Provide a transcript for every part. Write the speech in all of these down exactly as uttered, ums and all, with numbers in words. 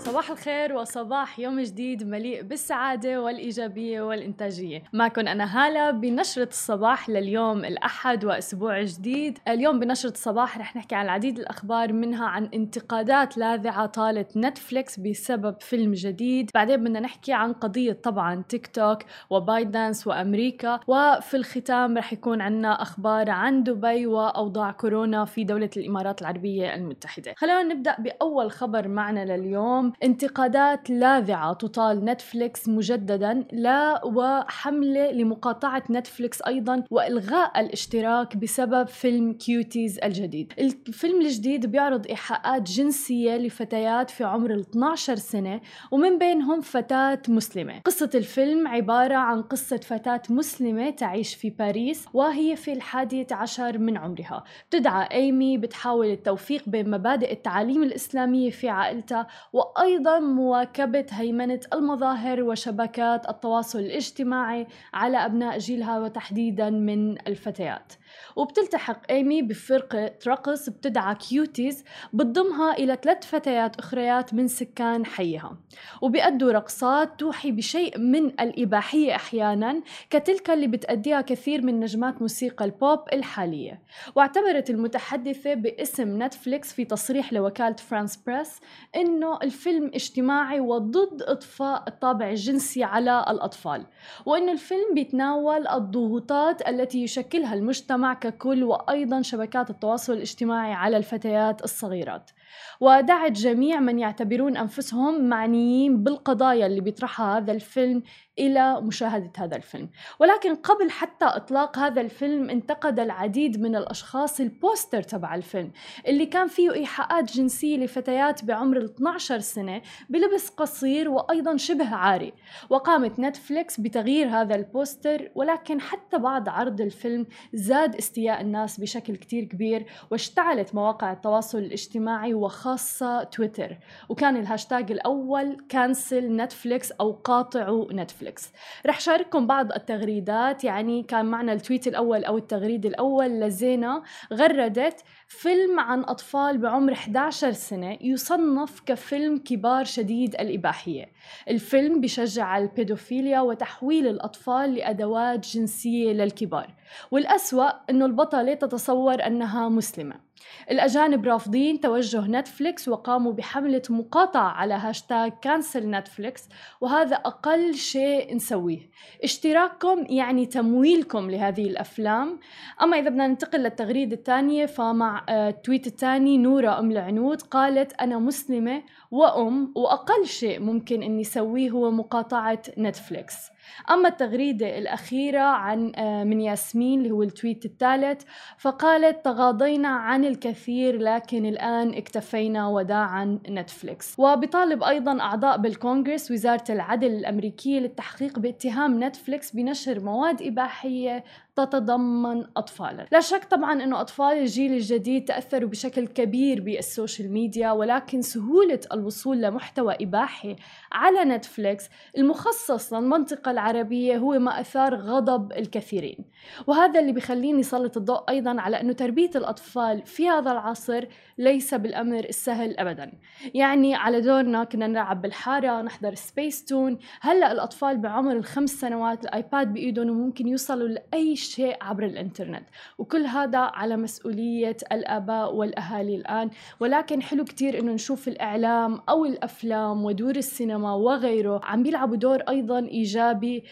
صباح الخير وصباح يوم جديد مليء بالسعادة والإيجابية والإنتاجية. معكم أنا هالة بنشرة الصباح لليوم الأحد وأسبوع جديد. اليوم بنشرة الصباح رح نحكي عن العديد الأخبار، منها عن انتقادات لاذعة طالت نتفليكس بسبب فيلم جديد. بعدين بدنا نحكي عن قضية طبعا تيك توك وبايدنس وأمريكا، وفي الختام رح يكون عنا أخبار عن دبي وأوضاع كورونا في دولة الإمارات العربية المتحدة. خلونا نبدأ بأول خبر معنا لليوم. انتقادات لاذعة تطال نتفليكس مجددا، لا وحملة لمقاطعة نتفليكس أيضا وإلغاء الاشتراك بسبب فيلم كيوتيز الجديد. الفيلم الجديد بيعرض إيحاءات جنسية لفتيات في عمر اثنتي عشرة سنة، ومن بينهم فتاة مسلمة. قصة الفيلم عبارة عن قصة فتاة مسلمة تعيش في باريس وهي في الحادية عشر من عمرها. بتدعى إيمي، بتحاول التوفيق بين مبادئ التعاليم الإسلامية في عائلتها وأيضا مواكبة هيمنة المظاهر وشبكات التواصل الاجتماعي على أبناء جيلها وتحديدا من الفتيات. وبتلتحق إيمي بفرقة رقص بتدعى كيوتيز، بتضمها إلى ثلاث فتيات أخريات من سكان حيها، وبيأدوا رقصات توحي بشيء من الإباحية أحيانا كتلك اللي بتأديها كثير من نجمات موسيقى البوب الحالية. واعتبرت المتحدثة باسم نتفليكس في تصريح لوكالة فرانس بريس إنه الفيلم اجتماعي وضد إضفاء الطابع الجنسي على الأطفال، وإنه الفيلم بيتناول الضغوطات التي يشكلها المجتمع ككل وأيضا شبكات التواصل الاجتماعي على الفتيات الصغيرات. ودعت جميع من يعتبرون أنفسهم معنيين بالقضايا اللي بيطرحها هذا الفيلم إلى مشاهدة هذا الفيلم. ولكن قبل حتى إطلاق هذا الفيلم انتقد العديد من الأشخاص البوستر تبع الفيلم اللي كان فيه إيحاءات جنسية لفتيات بعمر اثنتي عشرة سنة بلبس قصير وأيضا شبه عاري. وقامت نتفليكس بتغيير هذا البوستر، ولكن حتى بعد عرض الفيلم زاد استياء الناس بشكل كتير كبير، واشتعلت مواقع التواصل الاجتماعي وخاصة تويتر، وكان الهاشتاج الأول كانسل نتفليكس أو قاطعوا نتفليكس. رح شارككم بعض التغريدات. يعني كان معنا التويت الأول أو التغريد الأول لزينة، غردت فيلم عن أطفال بعمر إحدى عشرة سنة يصنف كفيلم كبار شديد الإباحية. الفيلم بيشجع على البيدوفيليا وتحويل الأطفال لأدوات جنسية للكبار، والأسوأ أنه البطلة تتصور أنها مسلمة. الأجانب رافضين توجه نتفليكس وقاموا بحملة مقاطعة على هاشتاج كانسل نتفليكس، وهذا أقل شيء نسويه. اشتراككم يعني تمويلكم لهذه الأفلام. أما إذا بدنا ننتقل للتغريدة الثانية، فمع التويت الثاني نورة أم العنود قالت أنا مسلمة وأم، وأقل شيء ممكن أني سويه هو مقاطعة نتفليكس. أما التغريدة الأخيرة عن من ياسمين اللي هو التويت الثالث، فقالت تغاضينا عن الكثير لكن الآن اكتفينا وداعا نتفليكس. وبطالب أيضا أعضاء بالكونغرس وزارة العدل الأمريكية للتحقيق باتهام نتفليكس بنشر مواد إباحية تتضمن أطفالا. لا شك طبعا أنه أطفال الجيل الجديد تأثروا بشكل كبير بالسوشيال ميديا، ولكن سهولة الوصول لمحتوى إباحي على نتفليكس المخصص للمنطقة العربية هو ما أثار غضب الكثيرين. وهذا اللي بيخليني نسلط الضوء أيضا على أنه تربية الأطفال في هذا العصر ليس بالأمر السهل أبدا. يعني على دورنا كنا نلعب بالحارة، نحضر سبيس تون. هلأ الأطفال بعمر الخمس سنوات الآيباد بإيدهم وممكن يوصلوا لأي شيء عبر الإنترنت، وكل هذا على مسؤولية الآباء والأهالي الآن. ولكن حلو كتير إنه نشوف الإعلام أو الأفلام ودور السينما وغيره عم بيلعبوا دور أيضا إيجابي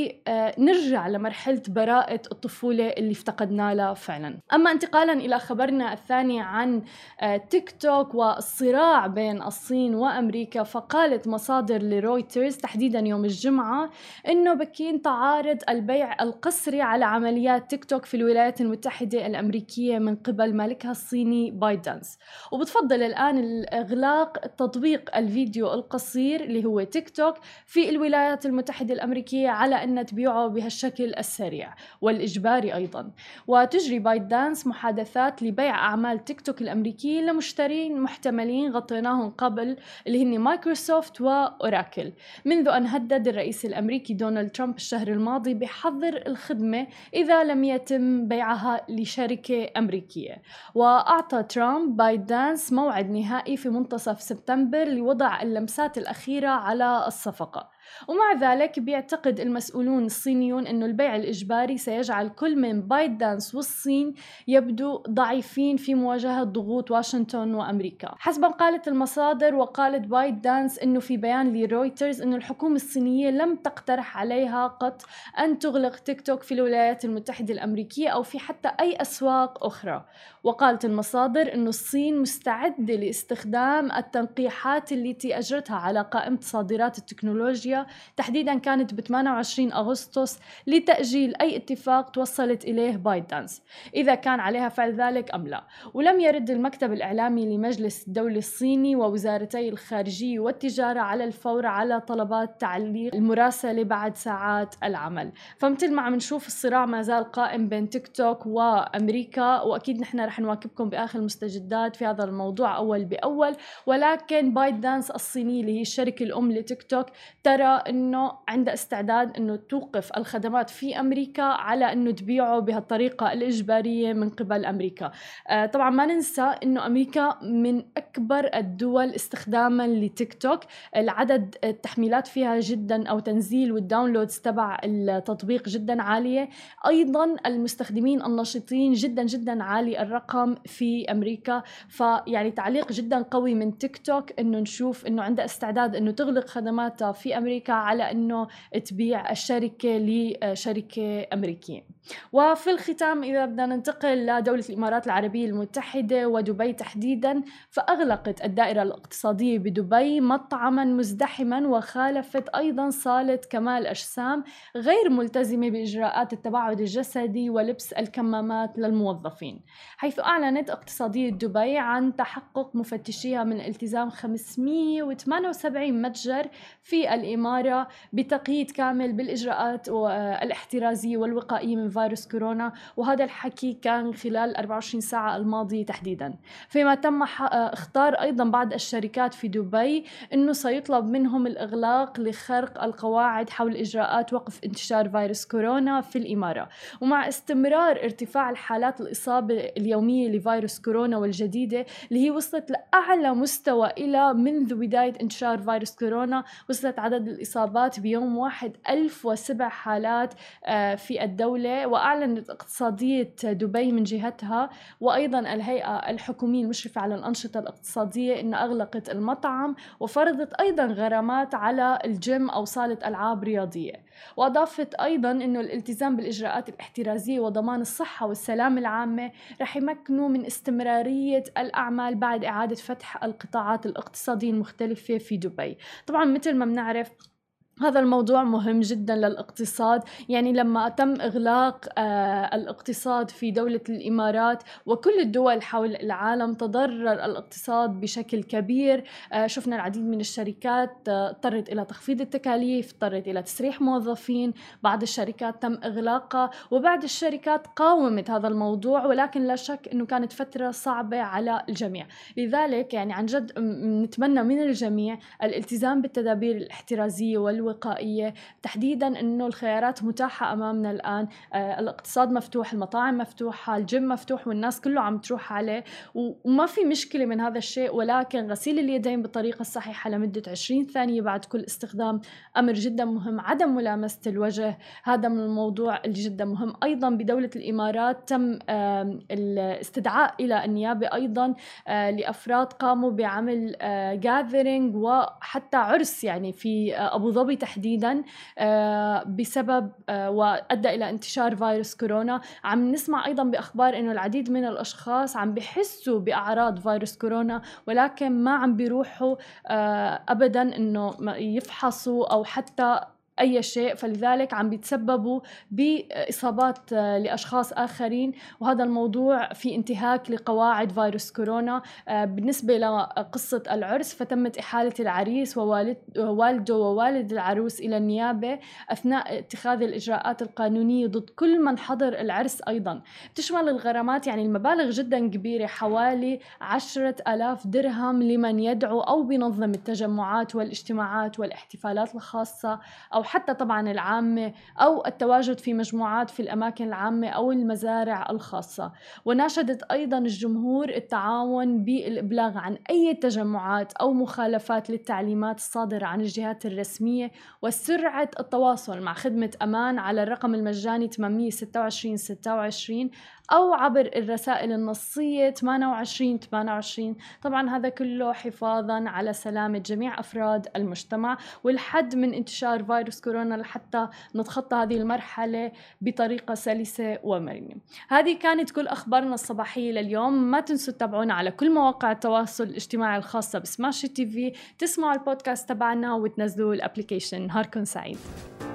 بنرجع لمرحلة براءة الطفولة اللي افتقدنا لها فعلا. أما انتقالا إلى خبرنا الثاني عن تيك توك والصراع بين الصين وأمريكا، فقالت مصادر لرويترز تحديدا يوم الجمعة إنه بكين تعارض البيع القسري على عمليات تيك توك في الولايات المتحدة الأمريكية من قبل مالكها الصيني بايدنس، وبتفضل الآن الإغلاق تطبيق الفيديو القصير اللي هو تيك توك في الولايات المتحدة الأمريكية على أن تبيعه بهالشكل السريع والإجباري أيضا. وتجري بايدنس محادثات لبيع أعمال تيك توك الأمريكية الأمريكي لمشترين محتملين غطيناهم قبل اللي هن مايكروسوفت وأوراكل، منذ أن هدد الرئيس الأمريكي دونالد ترامب الشهر الماضي بحظر الخدمة إذا لم يتم بيعها لشركة أمريكية. وأعطى ترامب بايت دانس موعد نهائي في منتصف سبتمبر لوضع اللمسات الأخيرة على الصفقة. ومع ذلك بيعتقد المسؤولون الصينيون أن البيع الإجباري سيجعل كل من بايت دانس والصين يبدو ضعيفين في مواجهة ضغوط واشنطن وأمريكا. حسب قالت المصادر، وقالت بايت دانس أنه في بيان لرويترز أنه الحكومة الصينية لم تقترح عليها قط أن تغلق تيك توك في الولايات المتحدة الأمريكية أو في حتى أي أسواق أخرى. وقالت المصادر أن الصين مستعدة لاستخدام التنقيحات التي أجرتها على قائمة صادرات التكنولوجيا، تحديدا كانت ب ثمانية وعشرين أغسطس، لتأجيل أي اتفاق توصلت إليه بايت دانس إذا كان عليها فعل ذلك أم لا. ولم يرد المكتب الإعلامي لمجلس الدولة الصيني ووزارتي الخارجية والتجارة على الفور على طلبات تعليق المراسلة بعد ساعات العمل. فمثل ما عم نشوف الصراع ما زال قائم بين تيك توك وأمريكا، وأكيد نحن رح نواكبكم بآخر المستجدات في هذا الموضوع أول بأول. ولكن بايت دانس الصينية اللي هي الشركة الأم لتيك توك ترى أنه عندها استعداد أنه توقف الخدمات في أمريكا على أنه تبيعه بهالطريقة الإجبارية من قبل أمريكا. آه طبعا ما ننسى أنه أمريكا من أكبر الدول استخداما لتيك توك، العدد التحميلات فيها جدا أو تنزيل والداونلودز تبع التطبيق جدا عالية، أيضا المستخدمين النشطين جدا جدا عالي الرقم في أمريكا. فيعني تعليق جدا قوي من تيك توك أنه نشوف أنه عندها استعداد أنه تغلق خدماتها في أمريكا على أنه تبيع الشركة لشركة أمريكية. وفي الختام إذا بدنا ننتقل لدولة الإمارات العربية المتحدة ودبي تحديدا، فأغلقت الدائرة الاقتصادية بدبي مطعما مزدحما، وخالفت أيضا صالة كمال أجسام غير ملتزمة بإجراءات التباعد الجسدي ولبس الكمامات للموظفين، حيث أعلنت اقتصادية دبي عن تحقق مفتشيها من التزام خمسمئة وثمانية وسبعين متجر في الإمارة بتقييد كامل بالإجراءات الاحترازية والوقائية من فيروس كورونا، وهذا الحكي كان خلال أربعة وعشرين ساعة الماضية تحديدا. فيما تم اختار أيضا بعض الشركات في دبي أنه سيطلب منهم الإغلاق لخرق القواعد حول إجراءات وقف انتشار فيروس كورونا في الإمارة. ومع استمرار ارتفاع الحالات الإصابة اليومية لفيروس كورونا والجديدة اللي هي وصلت لأعلى مستوى إلى منذ بداية انتشار فيروس كورونا، وصلت عدد الإصابات بيوم واحد ألف وسبع حالات في الدولة. وأعلنت اقتصادية دبي من جهتها وأيضا الهيئة الحكومية المشرفة على الأنشطة الاقتصادية إن أغلقت المطعم، وفرضت أيضا غرامات على الجيم أو صالة ألعاب رياضية. وأضافت أيضا إنه الالتزام بالإجراءات الاحترازية وضمان الصحة والسلامة العامة رح يمكنوا من استمرارية الأعمال بعد إعادة فتح القطاعات الاقتصادية المختلفة في دبي. طبعا مثل ما بنعرف هذا الموضوع مهم جدا للاقتصاد، يعني لما تم إغلاق آه الاقتصاد في دولة الإمارات وكل الدول حول العالم تضرر الاقتصاد بشكل كبير. آه شفنا العديد من الشركات آه اضطرت إلى تخفيض التكاليف، اضطرت إلى تسريح موظفين، بعض الشركات تم إغلاقها وبعض الشركات قاومت هذا الموضوع، ولكن لا شك أنه كانت فترة صعبة على الجميع. لذلك يعني عن جد نتمنى من الجميع الالتزام بالتدابير الاحترازية وال وقائية، تحديدا أنه الخيارات متاحة أمامنا الآن. آه الاقتصاد مفتوح، المطاعم مفتوحة، الجيم مفتوح، والناس كله عم تروح عليه وما في مشكلة من هذا الشيء. ولكن غسيل اليدين بالطريقة الصحيحة لمدة عشرين ثانية بعد كل استخدام أمر جدا مهم. عدم ملامسة الوجه هذا من الموضوع اللي جدا مهم. أيضا بدولة الإمارات تم آه الاستدعاء إلى النيابة أيضا آه لأفراد قاموا بعمل آه gathering وحتى عرس يعني في آه أبو ظبي تحديدا بسبب وأدى إلى انتشار فيروس كورونا. عم نسمع أيضا بأخبار إنه العديد من الأشخاص عم بيحسوا بأعراض فيروس كورونا ولكن ما عم بيروحوا أبدا إنه يفحصوا أو حتى أي شيء، فلذلك عم بيتسببوا بإصابات لأشخاص آخرين. وهذا الموضوع في انتهاك لقواعد فيروس كورونا. بالنسبة لقصة العرس، فتمت إحالة العريس ووالده ووالد العروس إلى النيابة أثناء اتخاذ الإجراءات القانونية ضد كل من حضر العرس. أيضا تشمل الغرامات يعني المبالغ جدا كبيرة، حوالي عشرة آلاف درهم لمن يدعو أو بينظم التجمعات والاجتماعات والاحتفالات الخاصة أو حتى طبعا العامة، أو التواجد في مجموعات في الأماكن العامة أو المزارع الخاصة. وناشدت أيضا الجمهور التعاون بالإبلاغ عن أي تجمعات أو مخالفات للتعليمات الصادرة عن الجهات الرسمية، وسرعة التواصل مع خدمة أمان على الرقم المجاني ثمانية ستة وعشرين ستة وعشرين أو عبر الرسائل النصية ثمانية وعشرين ثمانية وعشرين. طبعا هذا كله حفاظا على سلامة جميع أفراد المجتمع والحد من انتشار فيروس كورونا لحتى نتخطى هذه المرحلة بطريقة سلسة ومرنة. هذه كانت كل أخبارنا الصباحية لليوم. ما تنسوا تتابعونا على كل مواقع التواصل الاجتماعي الخاصة بسماشي تي في، تسمعوا البودكاست تبعنا وتنزلوا الابليكيشن. نهاركم سعيد.